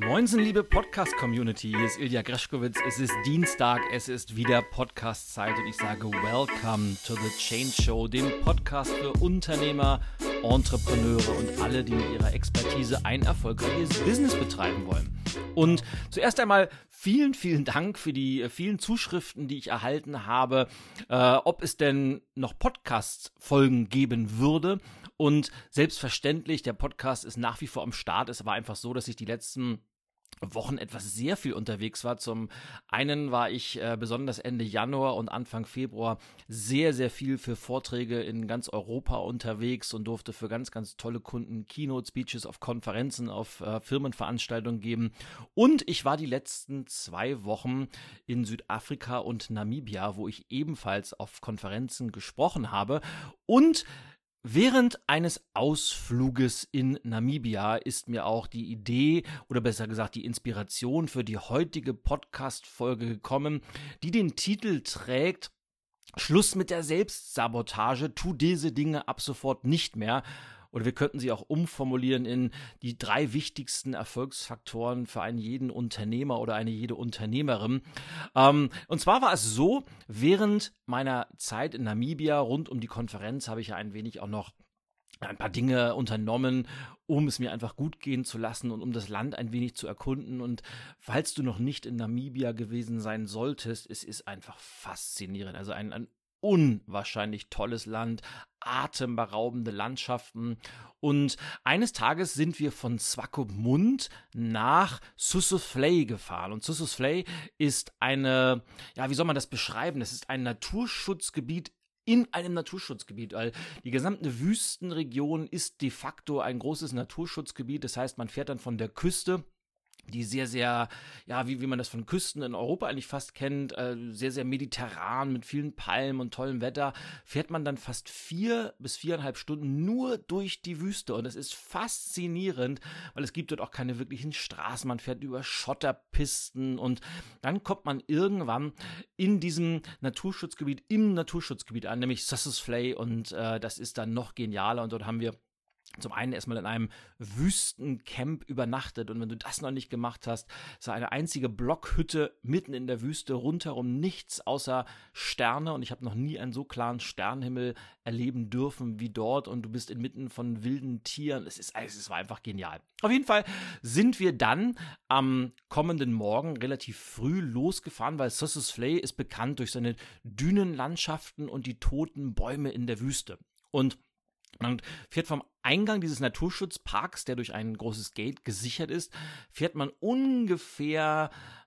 Moinsen, liebe Podcast-Community, hier ist Ilja Greschkowitz, es ist Dienstag, es ist wieder Podcast-Zeit und ich sage Welcome to the Change Show, dem Podcast für Unternehmer, Entrepreneure und alle, die mit ihrer Expertise ein erfolgreiches Business betreiben wollen. Und zuerst einmal vielen, vielen Dank für die vielen Zuschriften, die ich erhalten habe, ob es denn noch Podcast-Folgen geben würde. Und selbstverständlich, der Podcast ist nach wie vor am Start. Es war einfach so, dass ich die letzten Wochen etwas sehr viel unterwegs war. Zum einen war ich besonders Ende Januar und Anfang Februar sehr, sehr viel für Vorträge in ganz Europa unterwegs und durfte für ganz, ganz tolle Kunden Keynote-Speeches auf Konferenzen, auf Firmenveranstaltungen geben. Und ich war die letzten 2 Wochen in Südafrika und Namibia, wo ich ebenfalls auf Konferenzen gesprochen habe. Und während eines Ausfluges in Namibia ist mir auch die Idee oder besser gesagt die Inspiration für die heutige Podcast-Folge gekommen, die den Titel trägt: Schluss mit der Selbstsabotage, tu diese Dinge ab sofort nicht mehr. Oder wir könnten sie auch umformulieren in die 3 wichtigsten Erfolgsfaktoren für einen jeden Unternehmer oder eine jede Unternehmerin. Und zwar war es so, während meiner Zeit in Namibia rund um die Konferenz habe ich ja ein wenig auch noch ein paar Dinge unternommen, um es mir einfach gut gehen zu lassen und um das Land ein wenig zu erkunden. Und falls du noch nicht in Namibia gewesen sein solltest, es ist einfach faszinierend. Also ein unwahrscheinlich tolles Land, atemberaubende Landschaften. Und eines Tages sind wir von Swakopmund nach Sossusvlei gefahren. Und Sossusvlei ist eine, ja, wie soll man das beschreiben? Das ist ein Naturschutzgebiet in einem Naturschutzgebiet, weil die gesamte Wüstenregion ist de facto ein großes Naturschutzgebiet. Das heißt, man fährt dann von der Küste, die sehr, sehr, ja, wie man das von Küsten in Europa eigentlich fast kennt, sehr, sehr mediterran mit vielen Palmen und tollem Wetter, fährt man dann fast 4 bis 4,5 Stunden nur durch die Wüste. Und es ist faszinierend, weil es gibt dort auch keine wirklichen Straßen. Man fährt über Schotterpisten und dann kommt man irgendwann in diesem Naturschutzgebiet, im Naturschutzgebiet an, nämlich Sossusvlei, und das ist dann noch genialer. Und dort haben wir zum einen erstmal in einem Wüstencamp übernachtet, und wenn du das noch nicht gemacht hast, ist eine einzige Blockhütte mitten in der Wüste, rundherum nichts außer Sterne, und ich habe noch nie einen so klaren Sternenhimmel erleben dürfen wie dort, und du bist inmitten von wilden Tieren. Es war einfach genial. Auf jeden Fall sind wir dann am kommenden Morgen relativ früh losgefahren, weil Sossusvlei ist bekannt durch seine Dünenlandschaften und die toten Bäume in der Wüste. Und man fährt vom Eingang dieses Naturschutzparks, der durch ein großes Gate gesichert ist, fährt man ungefähr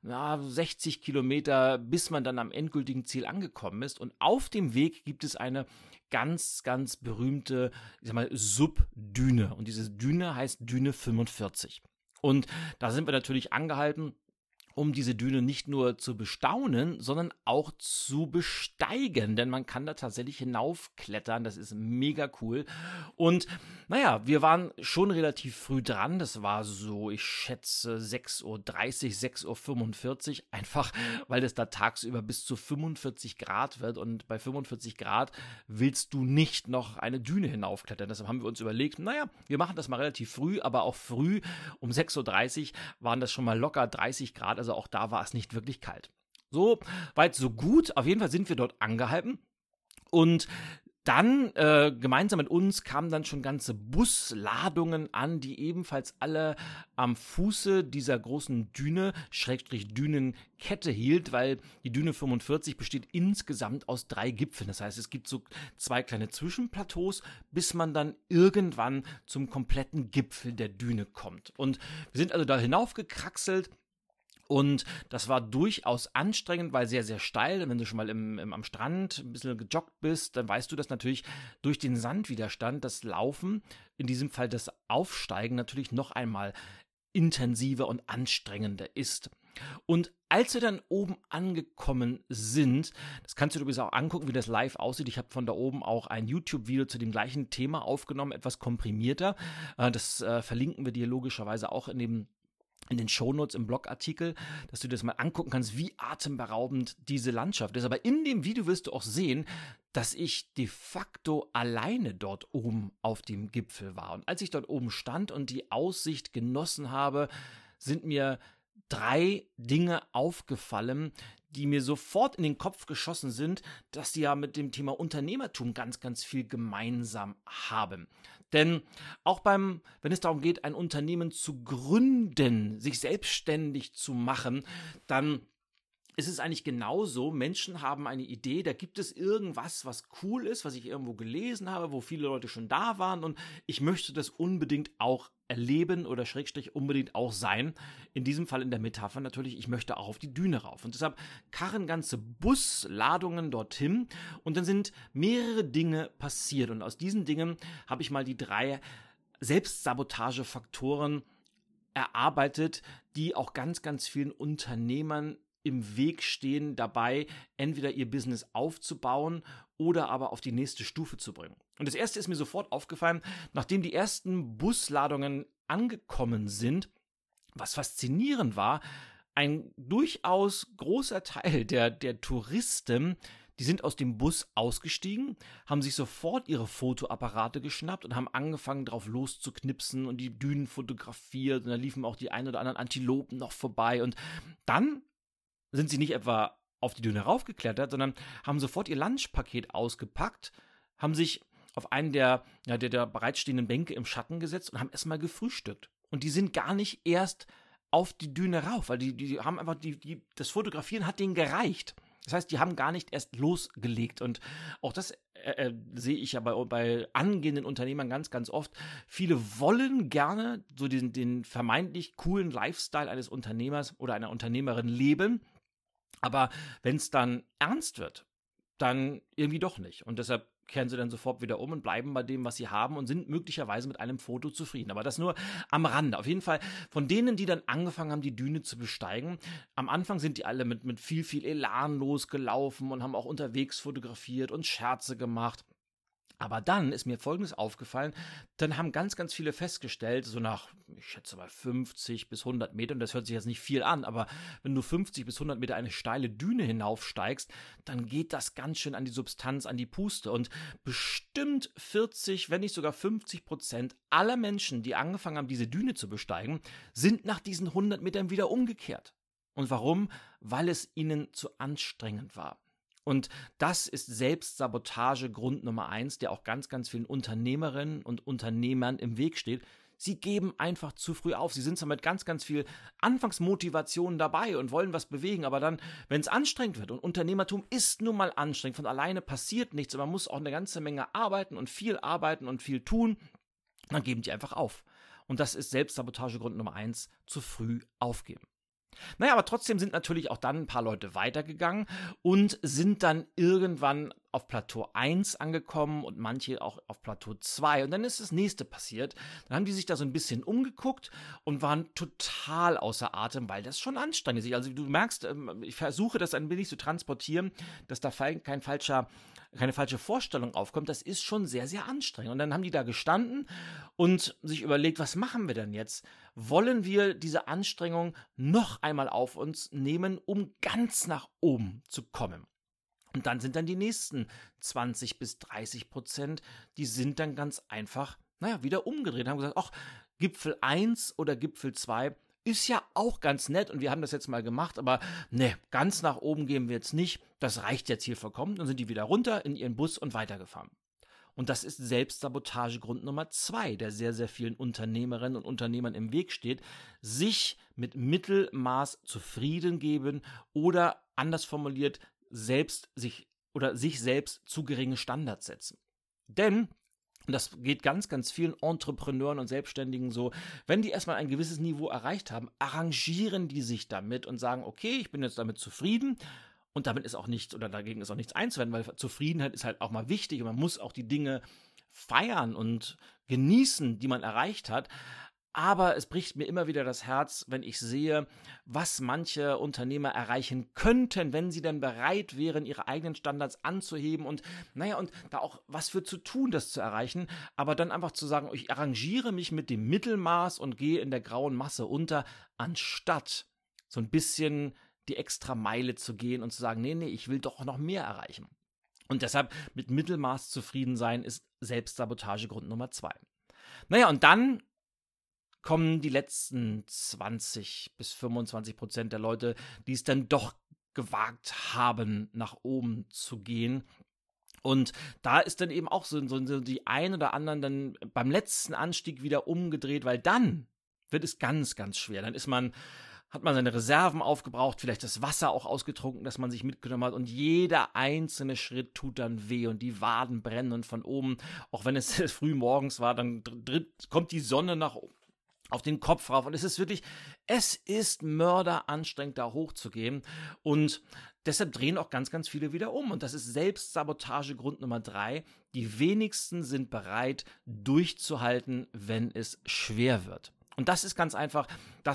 60 Kilometer, bis man dann am endgültigen Ziel angekommen ist. Und auf dem Weg gibt es eine ganz, ganz berühmte, ich sag mal, Subdüne. Und diese Düne heißt Düne 45. Und da sind wir natürlich angehalten, um diese Düne nicht nur zu bestaunen, sondern auch zu besteigen, denn man kann da tatsächlich hinaufklettern. Das ist mega cool. Und naja, wir waren schon relativ früh dran. Das war so, ich schätze 6:30 Uhr, 6:45 Uhr, einfach weil es da tagsüber bis zu 45 Grad wird, und bei 45 Grad willst du nicht noch eine Düne hinaufklettern. Deshalb haben wir uns überlegt, naja, wir machen das mal relativ früh, aber auch früh um 6:30 Uhr waren das schon mal locker 30 Grad, also auch da war es nicht wirklich kalt. So weit, so gut. Auf jeden Fall sind wir dort angehalten, und dann gemeinsam mit uns kamen dann schon ganze Busladungen an, die ebenfalls alle am Fuße dieser großen Düne, Schrägstrich Dünenkette hielt, weil die Düne 45 besteht insgesamt aus 3 Gipfeln. Das heißt, es gibt so 2 kleine Zwischenplateaus, bis man dann irgendwann zum kompletten Gipfel der Düne kommt. Und wir sind also da hinaufgekraxelt. Und das war durchaus anstrengend, weil sehr, sehr steil. Wenn du schon mal am Strand ein bisschen gejoggt bist, dann weißt du, dass natürlich durch den Sandwiderstand das Laufen, in diesem Fall das Aufsteigen, natürlich noch einmal intensiver und anstrengender ist. Und als wir dann oben angekommen sind, das kannst du dir übrigens auch angucken, wie das live aussieht. Ich habe von da oben auch ein YouTube-Video zu dem gleichen Thema aufgenommen, etwas komprimierter. Das verlinken wir dir logischerweise auch in den Shownotes im Blogartikel, dass du dir das mal angucken kannst, wie atemberaubend diese Landschaft ist. Aber in dem Video wirst du auch sehen, dass ich de facto alleine dort oben auf dem Gipfel war. Und als ich dort oben stand und die Aussicht genossen habe, sind mir 3 Dinge aufgefallen, die mir sofort in den Kopf geschossen sind, dass sie ja mit dem Thema Unternehmertum ganz, ganz viel gemeinsam haben. Denn auch wenn es darum geht, ein Unternehmen zu gründen, sich selbstständig zu machen, dann ist es eigentlich genauso. Menschen haben eine Idee, da gibt es irgendwas, was cool ist, was ich irgendwo gelesen habe, wo viele Leute schon da waren und ich möchte das unbedingt auch erleben oder / unbedingt auch sein. In diesem Fall in der Metapher natürlich, ich möchte auch auf die Düne rauf. Und deshalb karren ganze Busladungen dorthin und dann sind mehrere Dinge passiert. Und aus diesen Dingen habe ich mal die 3 Selbstsabotagefaktoren erarbeitet, die auch ganz, ganz vielen Unternehmern im Weg stehen, dabei entweder ihr Business aufzubauen oder aber auf die nächste Stufe zu bringen. Und das erste ist mir sofort aufgefallen, nachdem die ersten Busladungen angekommen sind, was faszinierend war, ein durchaus großer Teil der Touristen, die sind aus dem Bus ausgestiegen, haben sich sofort ihre Fotoapparate geschnappt und haben angefangen, drauf loszuknipsen und die Dünen fotografiert und da liefen auch die ein oder anderen Antilopen noch vorbei und dann sind sie nicht etwa auf die Düne raufgeklettert, sondern haben sofort ihr Lunchpaket ausgepackt, haben sich auf einen der bereitstehenden Bänke im Schatten gesetzt und haben erstmal gefrühstückt. Und die sind gar nicht erst auf die Düne rauf, weil die haben einfach, das Fotografieren hat denen gereicht. Das heißt, die haben gar nicht erst losgelegt. Und auch das sehe ich ja bei angehenden Unternehmern ganz, ganz oft. Viele wollen gerne so den vermeintlich coolen Lifestyle eines Unternehmers oder einer Unternehmerin leben. Aber wenn es dann ernst wird, dann irgendwie doch nicht. Und deshalb kehren sie dann sofort wieder um und bleiben bei dem, was sie haben und sind möglicherweise mit einem Foto zufrieden. Aber das nur am Rande. Auf jeden Fall von denen, die dann angefangen haben, die Düne zu besteigen. Am Anfang sind die alle mit viel, viel Elan losgelaufen und haben auch unterwegs fotografiert und Scherze gemacht. Aber dann ist mir Folgendes aufgefallen, dann haben ganz, ganz viele festgestellt, so nach, ich schätze mal 50 bis 100 Metern, das hört sich jetzt nicht viel an, aber wenn du 50 bis 100 Meter eine steile Düne hinaufsteigst, dann geht das ganz schön an die Substanz, an die Puste und bestimmt 40, wenn nicht sogar 50% aller Menschen, die angefangen haben, diese Düne zu besteigen, sind nach diesen 100 Metern wieder umgekehrt. Und warum? Weil es ihnen zu anstrengend war. Und das ist Selbstsabotage Grund Nummer 1, der auch ganz, ganz vielen Unternehmerinnen und Unternehmern im Weg steht. Sie geben einfach zu früh auf. Sie sind zwar mit ganz, ganz viel Anfangsmotivation dabei und wollen was bewegen, aber dann, wenn es anstrengend wird, und Unternehmertum ist nun mal anstrengend, von alleine passiert nichts, und man muss auch eine ganze Menge arbeiten und viel tun, dann geben die einfach auf. Und das ist Selbstsabotage Grund Nummer 1, zu früh aufgeben. Naja, aber trotzdem sind natürlich auch dann ein paar Leute weitergegangen und sind dann irgendwann auf Plateau 1 angekommen und manche auch auf Plateau 2. Und dann ist das nächste passiert. Dann haben die sich da so ein bisschen umgeguckt und waren total außer Atem, weil das schon anstrengend ist. Also du merkst, ich versuche das ein wenig zu transportieren, dass da keine falsche Vorstellung aufkommt. Das ist schon sehr, sehr anstrengend. Und dann haben die da gestanden und sich überlegt, was machen wir denn jetzt? Wollen wir diese Anstrengung noch einmal auf uns nehmen, um ganz nach oben zu kommen? Und dann sind dann die nächsten 20 bis 30%, die sind dann ganz einfach, wieder umgedreht, haben gesagt, ach, Gipfel 1 oder Gipfel 2 ist ja auch ganz nett und wir haben das jetzt mal gemacht, aber ne, ganz nach oben gehen wir jetzt nicht, das reicht jetzt hier vollkommen. Dann sind die wieder runter in ihren Bus und weitergefahren. Und das ist Selbstsabotagegrund Nummer 2, der sehr, sehr vielen Unternehmerinnen und Unternehmern im Weg steht, sich mit Mittelmaß zufrieden geben oder anders formuliert, sich selbst zu geringe Standards setzen. Denn, und das geht ganz, ganz vielen Entrepreneuren und Selbstständigen so, wenn die erstmal ein gewisses Niveau erreicht haben, arrangieren die sich damit und sagen, okay, ich bin jetzt damit zufrieden. Und damit ist auch nichts, oder dagegen ist auch nichts einzuwenden, weil Zufriedenheit ist halt auch mal wichtig und man muss auch die Dinge feiern und genießen, die man erreicht hat. Aber es bricht mir immer wieder das Herz, wenn ich sehe, was manche Unternehmer erreichen könnten, wenn sie dann bereit wären, ihre eigenen Standards anzuheben und da auch was für zu tun, das zu erreichen. Aber dann einfach zu sagen, ich arrangiere mich mit dem Mittelmaß und gehe in der grauen Masse unter, anstatt so ein bisschen die extra Meile zu gehen und zu sagen, nee, ich will doch noch mehr erreichen. Und deshalb mit Mittelmaß zufrieden sein ist Selbstsabotagegrund Nummer 2. Und dann kommen die letzten 20-25% der Leute, die es dann doch gewagt haben, nach oben zu gehen. Und da ist dann eben auch so die ein oder anderen dann beim letzten Anstieg wieder umgedreht, weil dann wird es ganz, ganz schwer. Dann hat man seine Reserven aufgebraucht, vielleicht das Wasser auch ausgetrunken, das man sich mitgenommen hat, und jeder einzelne Schritt tut dann weh und die Waden brennen, und von oben, auch wenn es früh morgens war, dann kommt die Sonne auf den Kopf rauf, und es ist mörderanstrengend, da hochzugehen, und deshalb drehen auch ganz, ganz viele wieder um, und das ist Selbstsabotagegrund Nummer 3. Die wenigsten sind bereit, durchzuhalten, wenn es schwer wird. Und das ist ganz einfach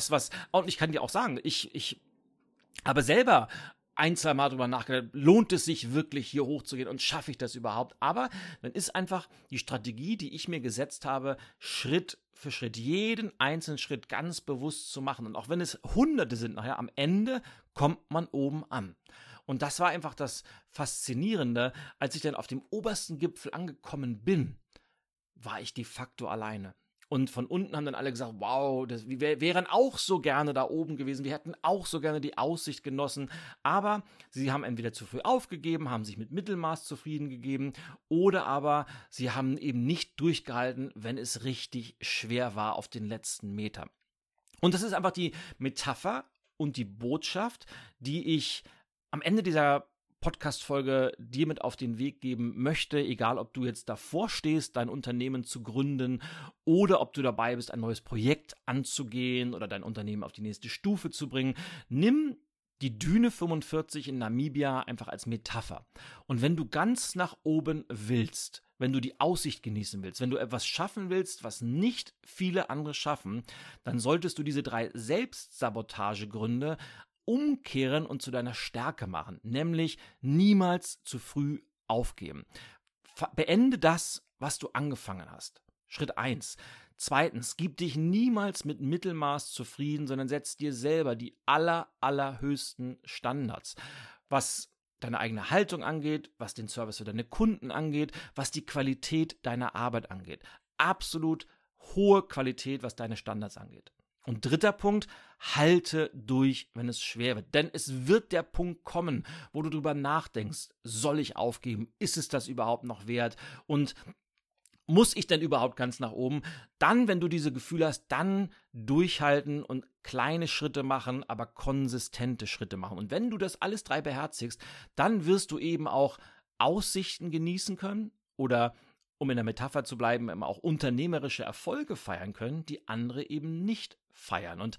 und ich kann dir auch sagen, ich habe selber 1-2 Mal drüber nachgedacht, lohnt es sich wirklich hier hochzugehen und schaffe ich das überhaupt? Aber dann ist einfach die Strategie, die ich mir gesetzt habe, Schritt für Schritt, jeden einzelnen Schritt ganz bewusst zu machen. Und auch wenn es Hunderte sind nachher, am Ende kommt man oben an. Und das war einfach das Faszinierende, als ich dann auf dem obersten Gipfel angekommen bin, war ich de facto alleine. Und von unten haben dann alle gesagt, wow, wir wären auch so gerne da oben gewesen, wir hätten auch so gerne die Aussicht genossen. Aber sie haben entweder zu früh aufgegeben, haben sich mit Mittelmaß zufrieden gegeben, oder aber sie haben eben nicht durchgehalten, wenn es richtig schwer war auf den letzten Metern. Und das ist einfach die Metapher und die Botschaft, die ich am Ende dieser Podcast-Folge dir mit auf den Weg geben möchte, egal ob du jetzt davor stehst, dein Unternehmen zu gründen oder ob du dabei bist, ein neues Projekt anzugehen oder dein Unternehmen auf die nächste Stufe zu bringen. Nimm die Düne 45 in Namibia einfach als Metapher. Und wenn du ganz nach oben willst, wenn du die Aussicht genießen willst, wenn du etwas schaffen willst, was nicht viele andere schaffen, dann solltest du diese 3 Selbstsabotagegründe umkehren und zu deiner Stärke machen, nämlich niemals zu früh aufgeben. Beende das, was du angefangen hast. Schritt 1. 2. Gib dich niemals mit Mittelmaß zufrieden, sondern setz dir selber die allerhöchsten Standards, was deine eigene Haltung angeht, was den Service für deine Kunden angeht, was die Qualität deiner Arbeit angeht. Absolut hohe Qualität, was deine Standards angeht. Und 3. Punkt, halte durch, wenn es schwer wird. Denn es wird der Punkt kommen, wo du drüber nachdenkst, soll ich aufgeben? Ist es das überhaupt noch wert? Und muss ich denn überhaupt ganz nach oben? Dann, wenn du diese Gefühle hast, dann durchhalten und kleine Schritte machen, aber konsistente Schritte machen. Und wenn du das alles 3 beherzigst, dann wirst du eben auch Aussichten genießen können oder, um in der Metapher zu bleiben, auch unternehmerische Erfolge feiern können, die andere eben nicht feiern. Und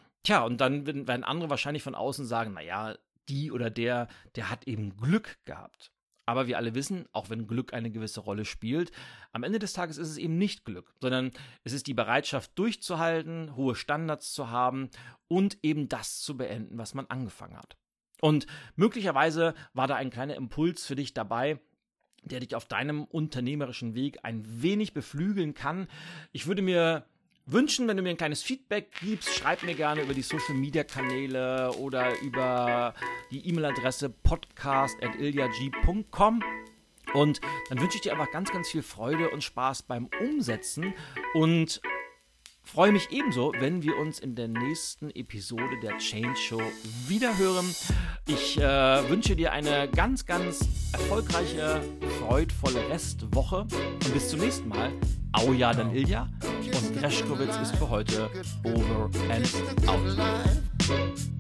dann werden andere wahrscheinlich von außen sagen, naja, die oder der hat eben Glück gehabt. Aber wir alle wissen, auch wenn Glück eine gewisse Rolle spielt, am Ende des Tages ist es eben nicht Glück, sondern es ist die Bereitschaft durchzuhalten, hohe Standards zu haben und eben das zu beenden, was man angefangen hat. Und möglicherweise war da ein kleiner Impuls für dich dabei, der dich auf deinem unternehmerischen Weg ein wenig beflügeln kann. Ich würde mir wünschen, wenn du mir ein kleines Feedback gibst, schreib mir gerne über die Social-Media-Kanäle oder über die E-Mail-Adresse podcast@iljag.com. Und dann wünsche ich dir einfach ganz, ganz viel Freude und Spaß beim Umsetzen und freue mich ebenso, wenn wir uns in der nächsten Episode der Change Show wiederhören. Ich wünsche dir eine ganz, ganz erfolgreiche, freudvolle Restwoche und bis zum nächsten Mal. Auja, dann Ilja, und Greschkowitz ist für heute over and out.